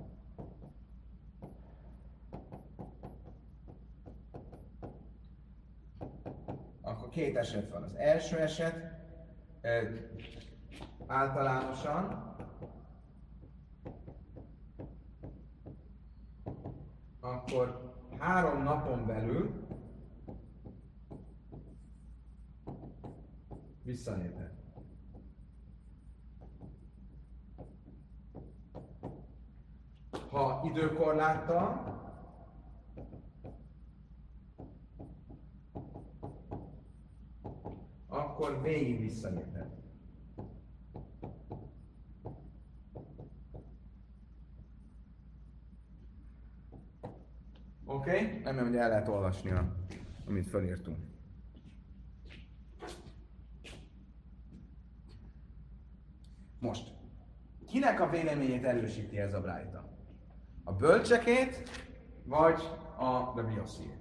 akkor két eset van. Az első eset e, általánosan akkor három napon belül visszaléphet. Ha időkorláttal, akkor végig visszaléphet. Oké? Okay? Remélem, hogy el lehet olvasni, a, amit felírtunk. Most, kinek a véleményét erősíti ez a brájta? A bölcsekét, vagy a Rabbi Yossiét?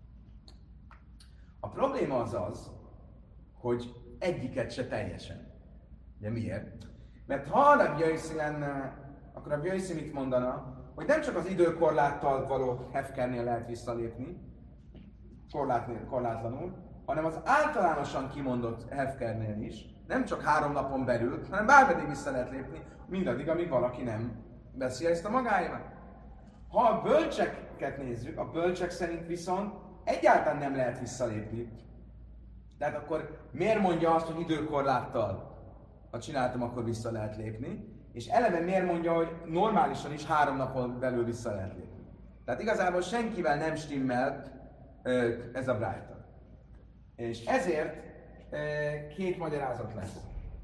A probléma az az, hogy egyiket se teljesen. De miért? Mert ha a Rabbi Yossi lenne, akkor a Rabbi Yossi mit mondana? Hogy nem csak az időkorláttal való hefkernél lehet visszalépni, korlátnél, korlátlanul, hanem az általánosan kimondott hefkernél is, nem csak három napon belül, hanem bármeddig vissza lehet lépni, mindaddig, amíg valaki nem veszi ezt a magáénak. Ha a bölcseket nézzük, a bölcsek szerint viszont egyáltalán nem lehet visszalépni. Tehát akkor miért mondja azt, hogy időkorláttal, ha csináltam, akkor vissza lehet lépni, és eleve miért mondja, hogy normálisan is három napon belül vissza lehet lépni. Tehát igazából senkivel nem stimmel ez a brájta. És ezért két magyarázat lesz.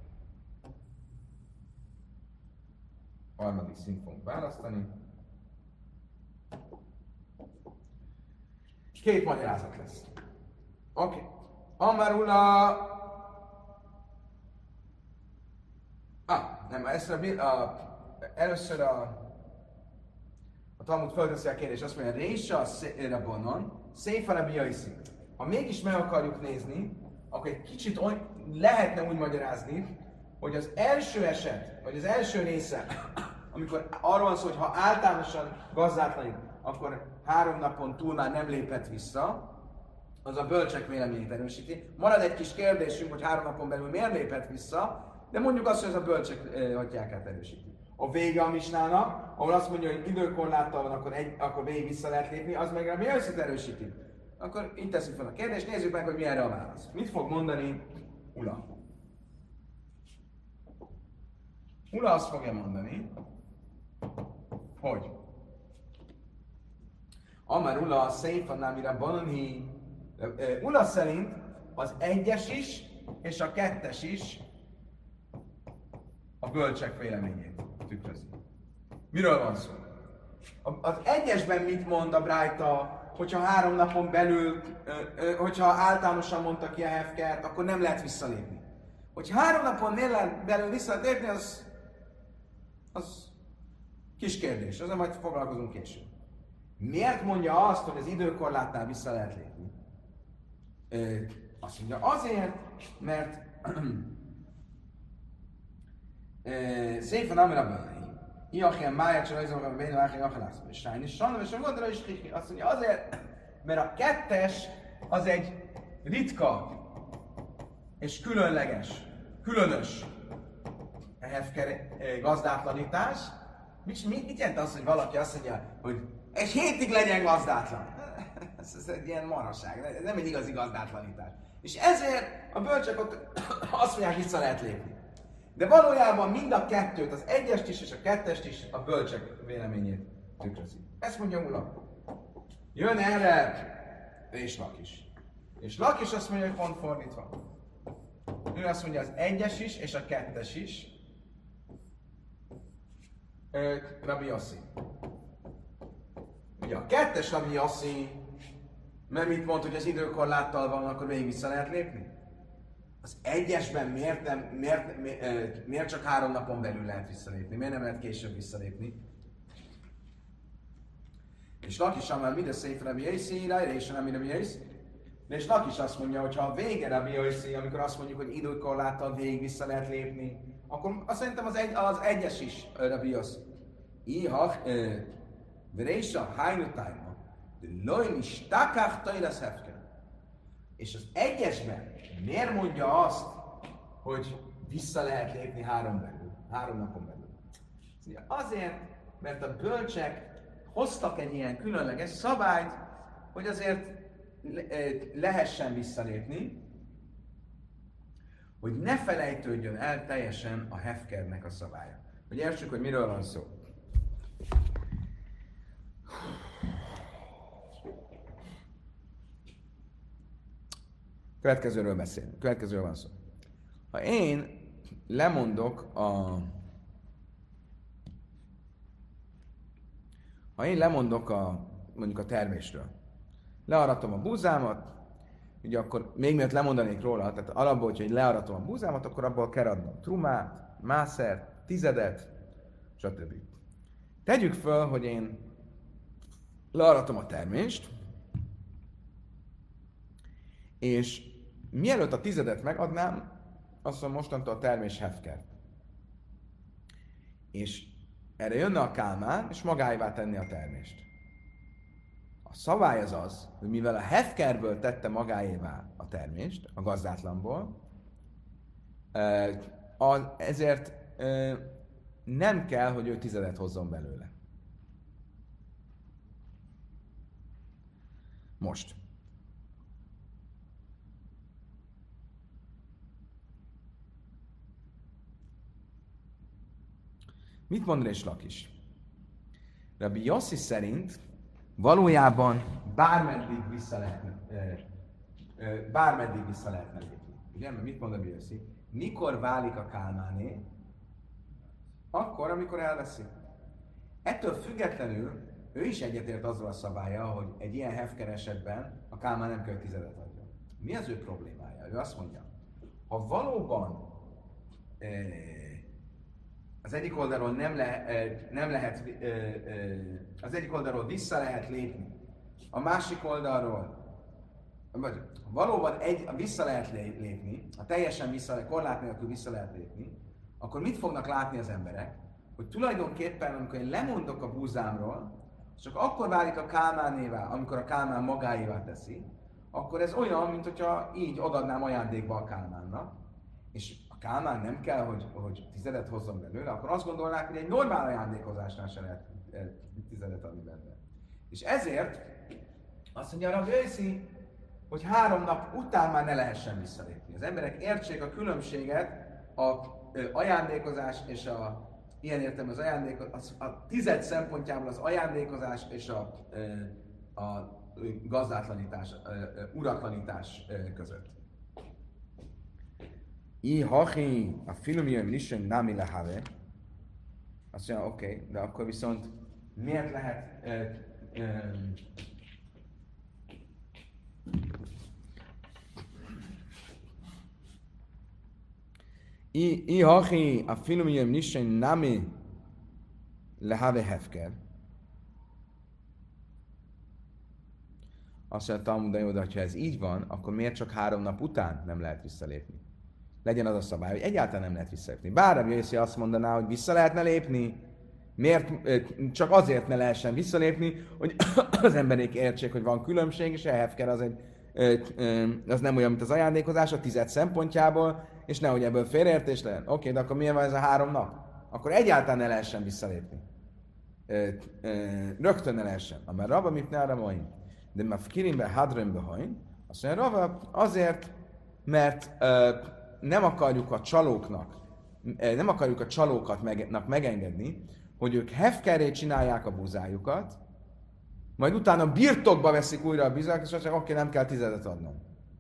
Harmadik szint fogunk választani. Két magyarázat lesz. Oké. Okay. Amarula... Ah, nem, ezt a, a, először a, a Talmud fölteszi a kérdést, azt mondja, Résa Rabbanon, Széfa Rabbi Yossi. Ha mégis meg akarjuk nézni, akkor egy kicsit oly, lehetne úgy magyarázni, hogy az első eset, vagy az első része, amikor arról van szó, hogy ha általánosan gazdátlanít, akkor három napon túl már nem léphet vissza, az a bölcsek véleményét erősíti. Marad egy kis kérdésünk, hogy három napon belül miért léphet vissza, de mondjuk azt, hogy ez a bölcsek e, atyákát erősíti. A vége a misnának, ahol azt mondja, hogy időkorláttal van, akkor, egy, akkor végig vissza lehet lépni, az meg a Yosit erősíti. Akkor így teszünk fel a kérdést, nézzük meg, hogy mi erre a válasz. Mit fog mondani Ula? Ula azt fogja mondani, hogy Amar Ula Széfa Námira Banani. Ula szerint az egyes is és a kettes is a bölcsek véleményét tükrözi. Miről van szó? Az egyesben mit mond a brájta, hogyha három napon belül, hogyha általánosan mondta ki a hefkert, akkor nem lehet visszalépni. Hogyha három napon belül vissza lehet lépni, az, az kis kérdés, ezzel majd foglalkozunk később. Miért mondja azt, hogy az időkorlátnál vissza lehet lépni? Ö, azt mondja azért, mert Szépen amire benne. Iachien máját sem azon, hogy benne láki achalászol. És sájni sanna, és a gondra is kiki. Azt mondja azért, mert a kettes az egy ritka és különleges, különös hefker gazdátlanítás. Mit, mit, mit jelent az, hogy valaki azt mondja, hogy egy hétig legyen gazdátlan? Ez, ez egy ilyen maraság, ez nem egy igazi gazdátlanítás. És ezért a bölcsek ott azt mondják, vissza lehet lépni. De valójában mind a kettőt, az egyest is és a kettest is a bölcsek véleményét tükrözi. Ezt mondja Ula. Jön erre Réslak is. És Lakis azt mondja, hogy pont fordítva. Ő azt mondja, az egyes is, és a kettes is. Ők Rabbi Yossi. Ugye a kettes Rabbi Yossi, mert mit mond, hogy az időkorláttal van, akkor végig vissza lehet lépni? Az egyesben miért, nem, miért, miért, miért csak három napon belül lehet visszalépni? Miért nem lehet később visszalépni? És Lakis már mind a szép Rabbi Yossi, rájra és nem Rabbi Yossi. És Lakis azt mondja, hogy ha a vége Rabbi Yossi, amikor azt mondjuk, hogy időkorláttal végig vissza lehet lépni, akkor azt szerintem az, egy, az egyes is Rabbi Yossi. Iha, Verésa, Hájnutájma, de Lojni, Stakach, Tajlasz Hefker. És az egyesben miért mondja azt, hogy vissza lehet lépni három belül, három napon belül? Azért, mert a bölcsek hoztak egy ilyen különleges szabályt, hogy azért lehessen visszalépni, hogy ne felejtődjön el teljesen a Hefkernek a szabálya. Hogy értsük, hogy miről van szó. Következőről beszélünk. Következőről van szó. Ha én lemondok a... Ha én lemondok a, mondjuk a termésről, learatom a búzámat, ugye akkor még miatt lemondanék róla, tehát alapból, hogyha learatom a búzámat, akkor abból kell adnom trumát, mászert, tizedet, stb. Tegyük föl, hogy én learatom a termést, és mielőtt a tizedet megadnám, azt mondom, mostantól a termés hefker. És erre jönne a Kálmán, és magáévá tenni a termést. A szabály az az, hogy mivel a hefkerből tette magáévá a termést, a gazdátlanból, ezért nem kell, hogy ő tizedet hozzon belőle. Most. Mit mond Rés Lakis? Rabbi Yossi szerint valójában bármeddig vissza lehetne, bármeddig vissza lehetne lépni. Ugye, mert mit mond Rabbi Yossi? Mikor válik a Kálmáné? Akkor, amikor elveszi. Ettől függetlenül ő is egyetért azzal a szabálya, hogy egy ilyen hefker esetben a Kálmán nem kell tizedet adja. Mi az ő problémája? Ő azt mondja, ha valóban az egyik oldalról nem, le, nem lehet, az egyik oldalról vissza lehet lépni, a másik oldalról, vagy valóban egy, vissza lehet lépni, ha teljesen vissza, korlát nélkül vissza lehet lépni, akkor mit fognak látni az emberek? Hogy tulajdonképpen, amikor én lemondok a búzámról, csak akkor válik a Kálmánévá, amikor a Kálmán magáévá teszi, akkor ez olyan, mint hogyha így odaadnám ajándékba a Kálmánnak, és a Kálmán nem kell, hogy, hogy tizedet hozzon belőle, akkor azt gondolnák, hogy egy normál ajándékozásnál se lehet tizedet adni belőle. És ezért azt mondja Rabbi Yossi, hogy három nap után már ne lehessen visszalépni. Az emberek értsék a különbséget a ajándékozás és a ilyen értem az ajándékozás, a tized szempontjából az ajándékozás és a, a gazdátlanítás, uratlanítás között. I hachi a filmjön nisön nami lehave. Azt mondja, oké, okay, de akkor viszont miért lehet ö, ö, I, I hachi a filmjön nisön nami lehave hefker. Azt mondja, Talmud, jó, de ha ez így van, akkor miért csak három nap után nem lehet visszalépni? Legyen az a szabály, hogy egyáltalán nem lehet visszalépni. Bár Rabbi Yossi azt mondaná, hogy vissza lehetne lépni, miért csak azért ne lehessen visszalépni, hogy az emberek értsék, hogy van különbség, és a hefker az, egy, az nem olyan, mint az ajándékozás a tized szempontjából, és nehogy ebből félreértés legyen. Oké, okay, de akkor milyen van ez a három nap? Akkor egyáltalán ne lehessen visszalépni. Rögtön ne lehessen. Amár Rabba mit ne arra majd. De már kirimbe hadrömbe hajn, azt mondja, Rabba azért, mert nem akarjuk a csalóknak, nem akarjuk a csalókat meg, megengedni, hogy ők hefkerré csinálják a búzájukat, majd utána birtokba veszik újra a búzájukat, és azt mondják, oké, nem kell tizedet adnom.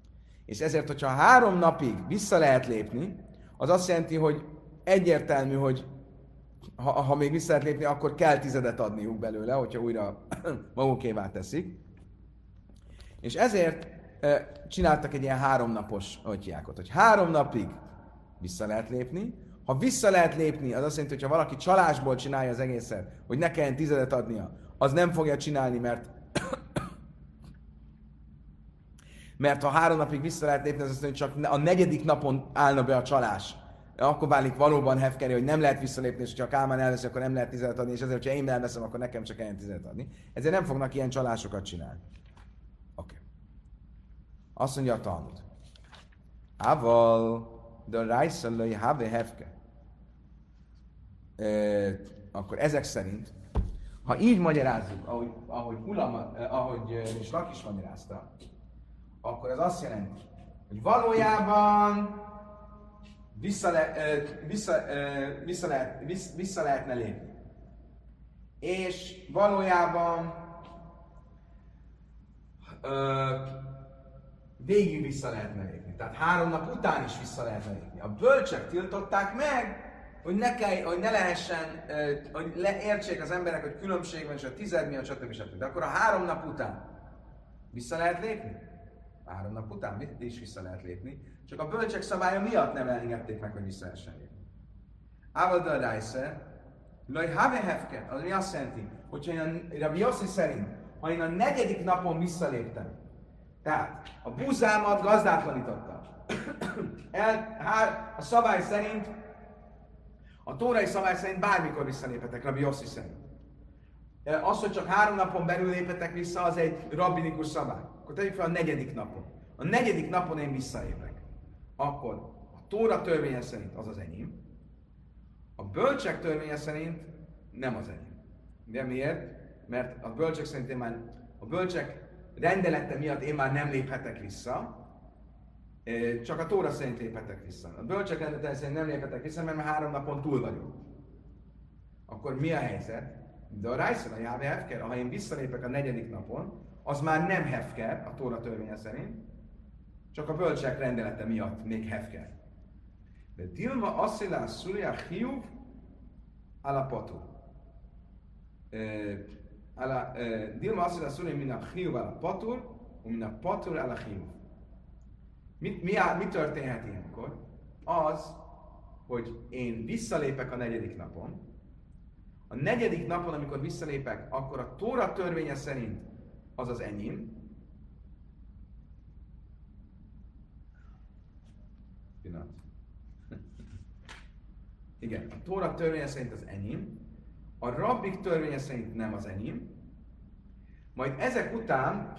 És ezért, hogyha három napig vissza lehet lépni, az azt jelenti, hogy egyértelmű, hogy ha, ha még vissza lehet lépni, akkor kell tizedet adniuk belőle, hogyha újra magukévá teszik. És ezért e, csináltak egy ilyen háromnapos atyákot, hogy három napig vissza lehet lépni. Ha vissza lehet lépni, az azt jelenti, hogy ha valaki csalásból csinálja az egészet, hogy ne kelljen tizedet adnia, az nem fogja csinálni, mert mert ha három napig vissza lehet lépni, az azt mondja, hogy csak a negyedik napon állna be a csalás. Akkor válik valóban hefkeri, hogy nem lehet visszalépni, és ha a Kálmán elveszi, akkor nem lehet tizedet adni, és ezért, ha én elveszem, akkor nekem csak kelljen tizedet adni. Ezért nem fognak ilyen csalásokat csinálni. Oké. Okay. Azt mondja a Talmud. Aval, de rajszalai have hefke. Akkor ezek szerint, ha így magyarázzuk, ahogy, ahogy Hulama, eh, ahogy és Lak is magyarázta, akkor ez azt jelenti, hogy valójában vissza, le, vissza, vissza, lehet, vissza, vissza lehetne lépni. És valójában ö, végig vissza lehetne lépni. Tehát három nap után is vissza lehetne lépni. A bölcsek tiltották meg, hogy ne, kell, hogy ne lehessen, hogy le, értsék az emberek, hogy különbség van, és a tized miatt, stb. stb. De akkor a három nap után vissza lehet lépni? Három nap után is vissza lehet lépni, csak a bölcsek szabálya miatt nem engedték meg, hogy vissza lehessen lépni. Ávaldal Rájsze, Laj Have Hefke, az mi azt jelenti, hogyha én a Rabbi Yossi szerint, ha én a negyedik napon visszaléptem, tehát a búzámat gazdátlanítottam, El, hár, a szabály szerint, a tórai szabály szerint bármikor visszaléphetek, Rabbi Yossi szerint. Az, hogy csak három napon belül léphetek vissza, az egy rabbinikus szabály. Akkor tegyük fel a negyedik napon. A negyedik napon én visszalépek. Akkor a Tóra törvénye szerint az az enyém. A bölcsek törvénye szerint nem az enyém. De miért? Mert a bölcsek szerint én már, a bölcsek rendelete miatt én már nem léphetek vissza, csak a Tóra szerint léphetek vissza. A bölcsek rendelete szerint nem léphetek vissza, mert már három napon túl vagyok. Akkor mi a helyzet? De a Rájszon, a Jáve Hefker, ha én visszalépek a negyedik napon, az már nem Hefker, a Tóra törvénye szerint, csak a bölcsek rendelete miatt még Hefker. De Dilma Asszilá Szúria Hiuv Alapatú. Dilma Asszilá Szúria min a Hiuv Alapatur, min a Patur ala Hiuv. Mi, mi, mi történhet ilyenkor? Az, hogy én visszalépek a negyedik napon. A negyedik napon, amikor visszalépek, akkor a Tóra törvénye szerint az az enyém. Pillanat. Igen, a Tóra törvénye szerint az enyém. A rabbik törvénye szerint nem az enyém. Majd ezek után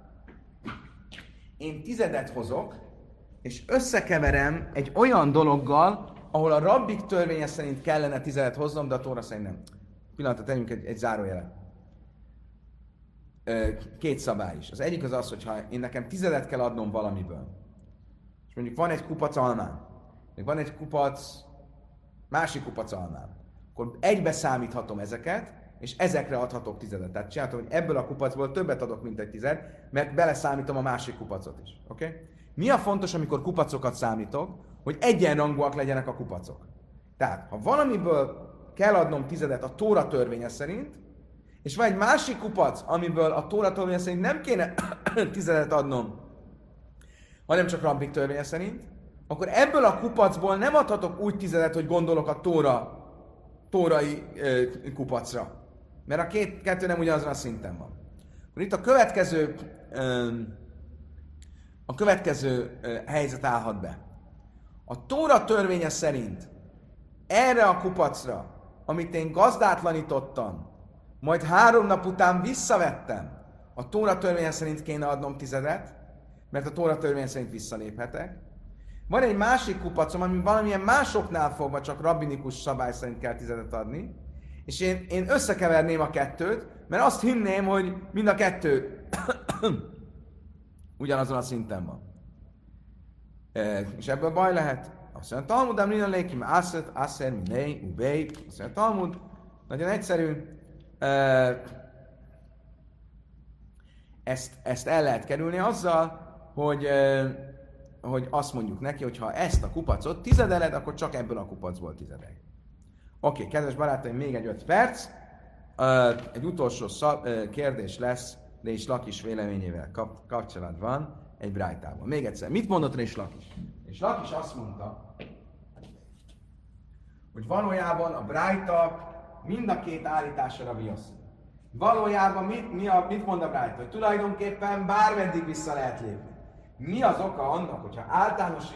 én tizedet hozok, és összekeverem egy olyan dologgal, ahol a rabbik törvénye szerint kellene tizedet hoznom, de a Tóra szerint nem. Pillanatot tegyünk egy, egy zárójelet. Két szabály is. Az egyik az az, hogy ha én nekem tizedet kell adnom valamiből, és mondjuk van egy kupac almám, még van egy kupac, másik kupac almám, akkor egybe számíthatom ezeket, és ezekre adhatok tizedet. Tehát csináltam, hogy ebből a kupacból többet adok, mint egy tized, mert beleszámítom a másik kupacot is. Oké? Okay? Mi a fontos, amikor kupacokat számítok? Hogy egyenrangúak legyenek a kupacok. Tehát, ha valamiből kell adnom tizedet a Tóra törvénye szerint, és van egy másik kupac, amiből a Tóra törvénye szerint nem kéne tizedet adnom, hanem csak rabbik törvénye szerint, akkor ebből a kupacból nem adhatok úgy tizedet, hogy gondolok a Tóra, tórai ö, kupacra. Mert a két, kettő nem ugyanazon a szinten van. Akkor itt a következő, ö, a következő ö, helyzet állhat be. A Tóra törvénye szerint erre a kupacra, amit én gazdátlanítottam, majd három nap után visszavettem, a Tóra törvénye szerint kéne adnom tizedet, mert a Tóra törvénye szerint visszaléphetek. Van egy másik kupacom, ami valamilyen másoknál fogva csak rabbinikus szabály szerint kell tizedet adni, és én, én összekeverném a kettőt, mert azt hinném, hogy mind a kettő ugyanazon a szinten van. E, és ebből baj lehet. Azt mondja, Talmud, de minden lékim, asszet, asszer, minei, ubei. Azt mondja, Talmud, nagyon egyszerű. E, ezt, ezt el lehet kerülni azzal, hogy, e, hogy azt mondjuk neki, hogy ha ezt a kupacot tizedeled, akkor csak ebből a kupacból tizedelj. Oké, okay, kedves barátaim, még egy öt perc. Egy utolsó szab, kérdés lesz Résh Lakis véleményével kap, kapcsolatban egy brájtában. Még egyszer, mit mondott Résh Lakis? Résh Lakis azt mondta, hogy valójában a brájta mind a két állításra Rabbi Yossi. Valójában mit, mi a, mit mond a brájta? Hogy tulajdonképpen bármeddig vissza lehet lépni. Mi az oka annak, hogyha általánosít,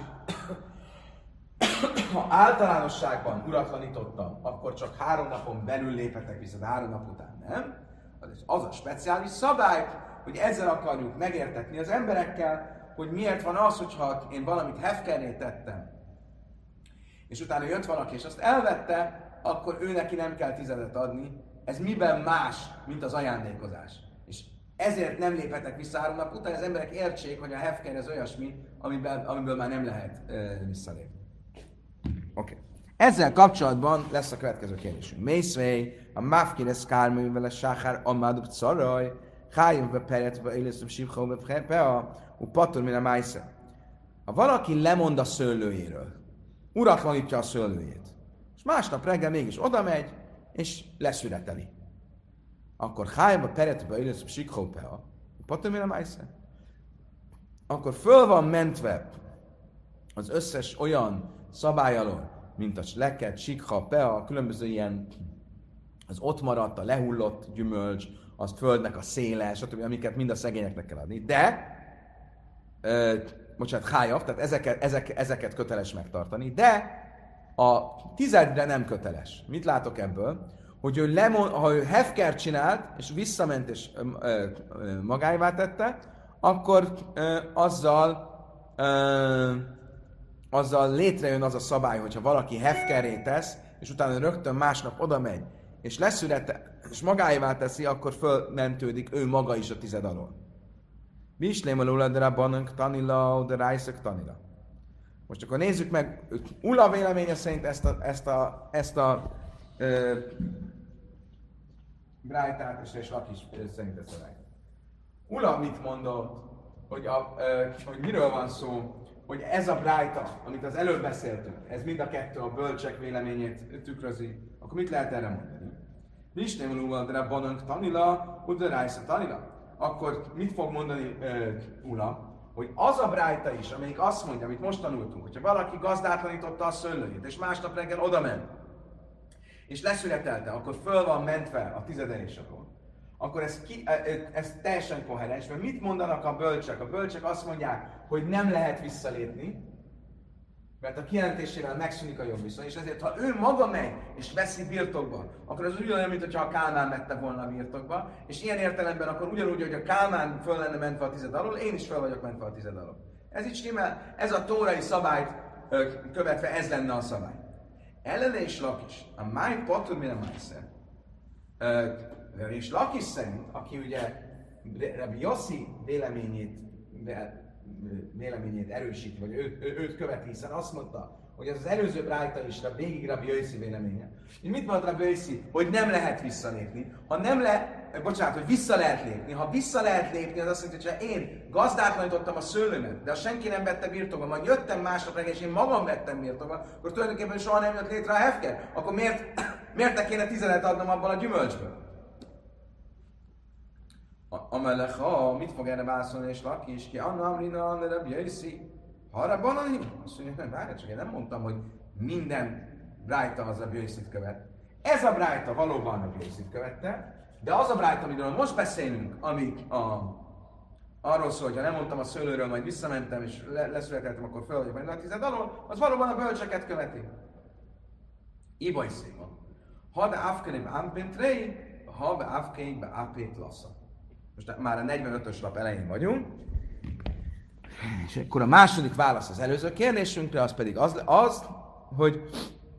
ha általánosságban uratlanítottam, akkor csak három napon belül léphetek vissza, de három nap után nem? Az, az a speciális szabály, hogy ezzel akarjuk megértetni az emberekkel, hogy miért van az, hogyha én valamit hefkerré tettem, és utána jött valaki, és azt elvette, akkor ő neki nem kell tizedet adni. Ez miben más, mint az ajándékozás. És ezért nem léphetek vissza három nap után, az emberek értsék, hogy a hefker ez olyasmi, amiből, amiből már nem lehet e, visszalépni. Oké. Okay. Ezzel kapcsolatban lesz a következő kérdésünk. Mészvei, a mafkire szkármű vele sáhár amádup szaraj, hájunk be peretve, élesztőbb sívhó be pea, u patur mire májsze. Ha valaki lemond a szőlőjéről, uratlanítja a szőlőjét, és másnap reggel mégis oda megy, és leszületeli. Akkor hájba peretbe élesztőbb sívhó pea, u patur mire májsze. Akkor föl van mentve az összes olyan szabály alól, mint a leket, sikha, pea, különböző ilyen, az ott maradt, a lehullott gyümölcs, azt földnek a széle, stb., amiket mind a szegényeknek kell adni. De, ö, bocsánat, hájav, tehát ezeket, ezek, ezeket köteles megtartani, de a tizedre nem köteles. Mit látok ebből? Hogy ő lemon, ha ő hefkert csinált, és visszament, és ö, ö, ö, magáévá tette, akkor ö, azzal ö, azzal létrejön az a szabály, hogyha valaki hefkerré tesz, és utána rögtön másnap oda megy, és leszülete, és magáévá teszi, akkor fölmentődik ő maga is a tized alól. Vislém a luladra banunk tanila, de rájszök tanila. Most akkor nézzük meg, Ula véleménye szerint ezt a, ezt a, ezt a ö, brájtát, és, és Lakis szerint ezt a brájtát. Ula mit mondott, hogy, a, ö, hogy miről van szó, hogy ez a brájta, amit az előbb beszéltünk, ez mind a kettő a bölcsek véleményét tükrözi, akkor mit lehet erre mondani? Nisném lúvaldra banunk tanila, udarájsza tanila. Akkor mit fog mondani uh, Ula? Hogy az a brájta is, amelyik azt mondja, amit most tanultunk, hogyha valaki gazdátlanította a szőlőjét, és másnap reggel oda ment, és leszületelte, akkor föl van mentve a tizedelés alól. Akkor ez, ki, ez teljesen koherens, mert mit mondanak a bölcsek? A bölcsek azt mondják, hogy nem lehet visszalépni, mert a kijelentésével megszűnik a jogviszony, és ezért, ha ő maga megy és veszi birtokba, akkor az ugyanolyan, mint hogyha a Kálmán vette volna a birtokba, és ilyen értelemben akkor ugyanúgy, hogy a Kálmán föl lenne mentve a tized alól, én is föl vagyok mentve a tized alól. Ez így stimmel, ez a tórai szabályt követve, ez lenne a szabály. Ellene is Lakis, a máj patur mire májszer. És Lakis szerint, aki ugye Rabbi Yossi véleményét, véleményét erősíti, vagy ő, ő, őt követi, hiszen azt mondta, hogy az, az előző brájta is végig Rabbi Yossi véleménye. És mit mondta Rabbi Yossi? Hogy nem lehet visszalépni. Ha nem le, bocsánat, hogy vissza lehet lépni. Ha vissza lehet lépni, az azt mondja, hogy ha én gazdátlanítottam a szőlőmet, de ha senki nem vette birtokba, majd jöttem másnap reggel, és én magam vettem birtokba, akkor tulajdonképpen soha nem jött létre a hefker. Akkor miért, miért ne kéne tizenet adnom abban a gyümölcsből? Amelech, ha mit fog erre válaszolni, és Lakis, ki Anna Amrina, Anna Rabbi Yossi, ha arra banani? Azt mondja, nem, várj, csak én nem mondtam, hogy minden brájta az Rabbi Yossit követ. Ez a brájta valóban Rabbi Yossit követte, de az a brájta, amiről most beszélünk, ami a, arról szól, hogy ha nem mondtam a szőlőről, majd visszamentem, és le, leszületeltem, akkor fel vagyok menni a tized alól, az valóban a bölcseket követi. Ibaj széma. Ha de afkenébb ámpéntrei, ha be afkenébb ápét lassza. Most már a negyvenötös lap elején vagyunk, és akkor a második válasz az előző kérdésünkre, az pedig az, az hogy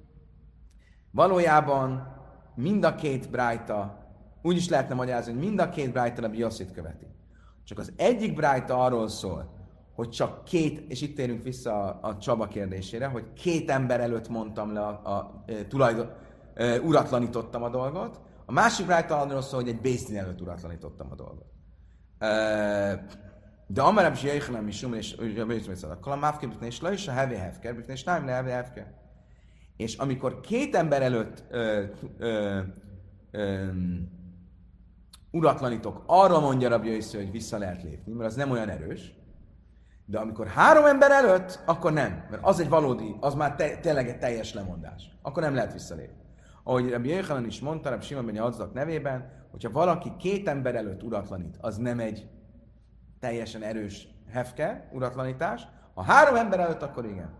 valójában mind a két brájta, úgy is lehetne magyarázni, hogy mind a két brájta Rabbi Yossit követi. Csak az egyik brájta arról szól, hogy csak két, és itt térünk vissza a, a Csaba kérdésére, hogy két ember előtt mondtam le a, a, a tulajdon, a, uratlanítottam a dolgot, a másik brájta arról szól, hogy egy Bézdin előtt uratlanítottam a dolgot. Uh, De amarab is jöjjön is, és a kalamávkébükne és le is a hevé hevker, bükne és nem le hevé hevker. És amikor két ember előtt ö, ö, ö, uratlanítok, arra mondja Rabbi Yossi, hogy vissza lehet lépni, mert az nem olyan erős. De amikor három ember előtt, akkor nem. Mert az egy valódi, az már te, tényleg egy teljes lemondás. Akkor nem lehet visszalépni. Ahogy Rabbi Yochanan is mondta, Rabbi Simon ben Yochai nevében, hogyha valaki két ember előtt uratlanít, az nem egy teljesen erős hefke, uratlanítás. Ha három ember előtt, akkor igen.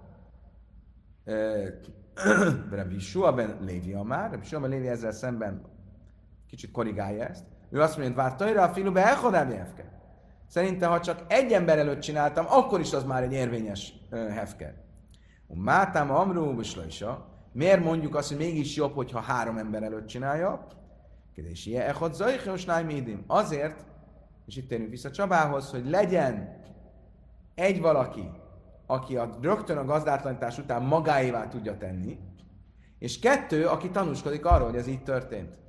Rabbi Shua ben Lévi már, Rabbi Shua ben Lévi ezzel szemben kicsit korrigálja ezt. Ő azt mondja, hogy vár tajra a filu be elchodám hefke. Szerintem, ha csak egy ember előtt csináltam, akkor is az már egy érvényes uh, hefker. Mátám amrú bislajsa. Miért mondjuk azt, hogy mégis jobb, hogyha három ember előtt csinálja? Kérdés, ilyen echod zajchos nájmédim. Azért, és itt térünk vissza Csabához, hogy legyen egy valaki, aki a, rögtön a gazdátlanítás után magáévá tudja tenni, és kettő, aki tanúskodik arról, hogy ez így történt.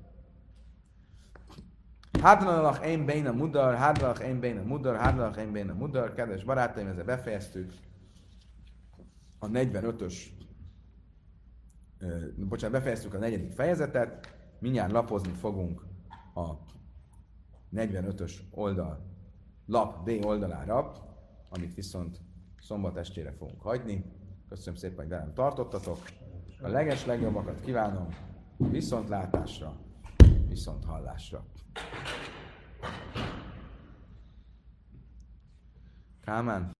Hádlalach én bén a mudar, hádlalach én bén a mudar, hádlalach én bén a mudar. Kedves barátaim, ezzel befejeztük a negyvenötös, uh, bocsánat, befejeztük a negyedik fejezetet, mindjárt lapozni fogunk a negyvenötös oldal, lap D oldalára, amit viszont szombat estére fogunk hagyni. Köszönöm szépen, hogy velem tartottatok. A leges legjobbakat kívánom, viszontlátásra, viszont hallásra. Kálmán.